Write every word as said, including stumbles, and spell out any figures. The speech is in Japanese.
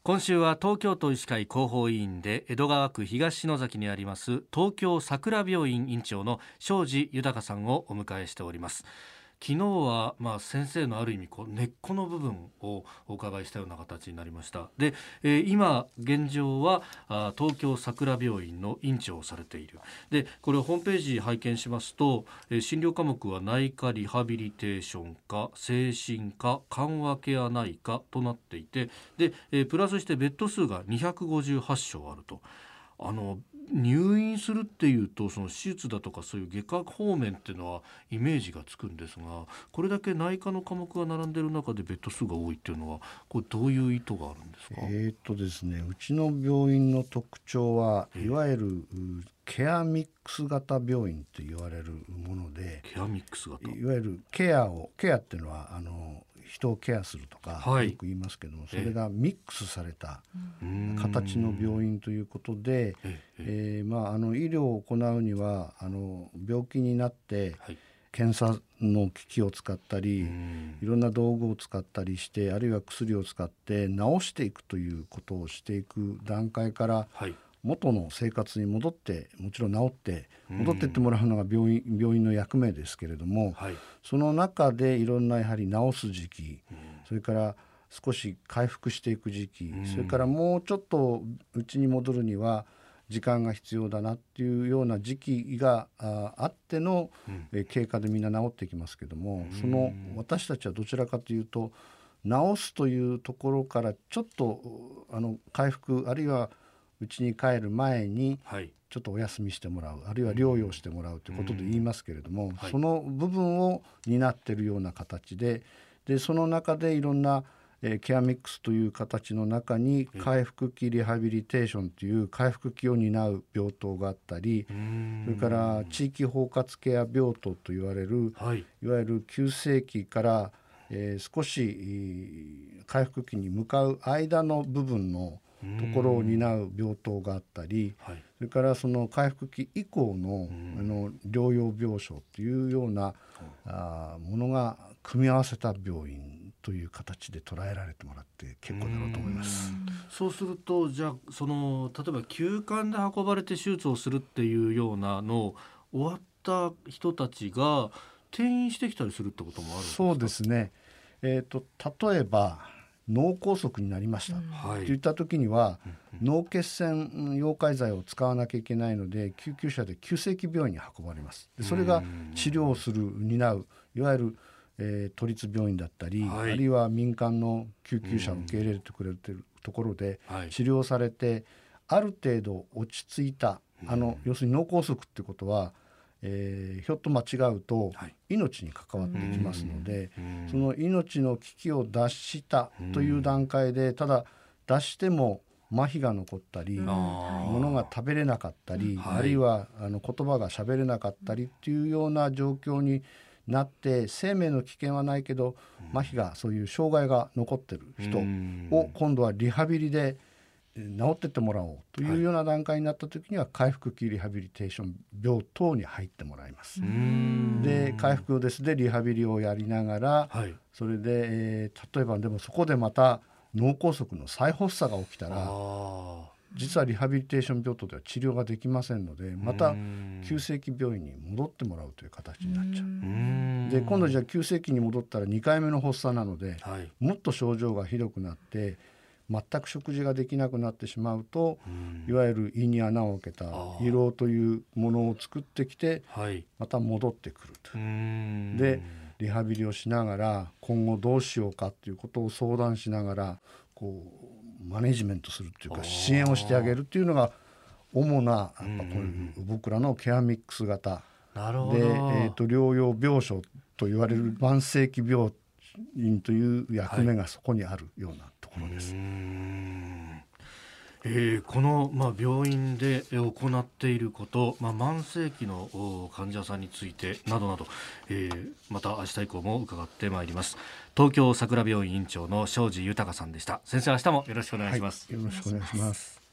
今週は東京都医師会広報委員で江戸川区東野崎にあります東京桜病院院長の庄司豊さんをお迎えしております。昨日は、まあ、先生のある意味こう根っこの部分をお伺いしたような形になりました。で、えー、今現状はあ東京桜病院の院長をされている。でこれホームページ拝見しますと、えー、診療科目は内科リハビリテーション科、精神科、緩和ケア内科となっていて、で、えー、プラスしてベッド数がにひゃくごじゅうはち床あると。あの入院するっていうとその手術だとかそういう外科方面っていうのはイメージがつくんですが、これだけ内科の科目が並んでいる中でベッド数が多いっていうのはこれどういう意図があるんですか？ えーっとですね、うちの病院の特徴はいわゆるケアミックス型病院と言われるもので、 ケアミックス型、 いわゆるケアをケアっていうのはあの人をケアするとか、はい、よく言いますけども、それがミックスされた形の病院ということで、ええーまあ、あの医療を行うにはあの病気になって、はい、検査の機器を使ったりいろんな道具を使ったりして、あるいは薬を使って治していくということをしていく段階から、はい、元の生活に戻って、もちろん治って戻っていってもらうのが病院、病院の役目ですけれども、はい、その中でいろんなやはり治す時期、それから少し回復していく時期、それからもうちょっとうちに戻るには時間が必要だなっていうような時期が あ, あっての、え経過でみんな治ってきますけども、その私たちはどちらかというと治すというところからちょっとあの回復、あるいはうちに帰る前にちょっとお休みしてもらう、あるいは療養してもらうということで言いますけれども、その部分を担っているような形で、でその中でいろんなえケアミックスという形の中に回復期リハビリテーションという回復期を担う病棟があったり、それから地域包括ケア病棟と言われる、はい、いわゆる急性期から、えー、少し回復期に向かう間の部分のところを担う病棟があったり、はい、それからその回復期以降 の, あの療養病床というようなあものが組み合わせた病院という形で捉えられてもらって結構だろうと思います。 うそうすると、じゃあその例えば急患で運ばれて手術をするっていうようなのを終わった人たちが転院してきたりするってこともあるんですか？ そうですね、えーと、例えば脳梗塞になりました、うん、といった時には、うん、脳血栓溶解剤を使わなきゃいけないので救急車で急性期病院に運ばれます。でそれが治療をする担ういわゆる、えー、都立病院だったり、はい、あるいは民間の救急車を受け入れてくれているところで治療されて、はい、ある程度落ち着いた、あの要するに脳梗塞ってことはえー、ひょっと間違うと命に関わってきますので、はい、その命の危機を脱したという段階で、ただ脱しても麻痺が残ったり、物が食べれなかったり、はい、あるいはあの言葉が喋れなかったりっていうような状況になって、生命の危険はないけど麻痺が、そういう障害が残ってる人を今度はリハビリで治ってってもらおうというような段階になった時には、回復期リハビリテーション病棟に入ってもらいます。で回復ですでリハビリをやりながら、はい、それで、えー、例えばでもそこでまた脳梗塞の再発作が起きたら、実はリハビリテーション病棟では治療ができませんので、また急性期病院に戻ってもらうという形になっちゃう。で今度じゃあ急性期に戻ったらにかいめの発作なので、はい、もっと症状がひどくなって全く食事ができなくなってしまうと、いわゆる胃に穴を開けた胃ろうというものを作ってきて、はい、また戻ってくると。でリハビリをしながら今後どうしようかということを相談しながら、こうマネジメントするというか支援をしてあげるというのが主な、やっぱこういう僕らのケアミックス型で、えーと、療養病床と言われる慢性期病院という役目がそこにあるようなところです。 はい、うーんえー、この、まあ、病院で行っていること、まあ、慢性期の患者さんについてなどなど、えー、また明日以降も伺ってまいります。東京桜病院院長の庄司豊さんでした。先生、明日もよろしくお願いします。 はい、よろしくお願いします。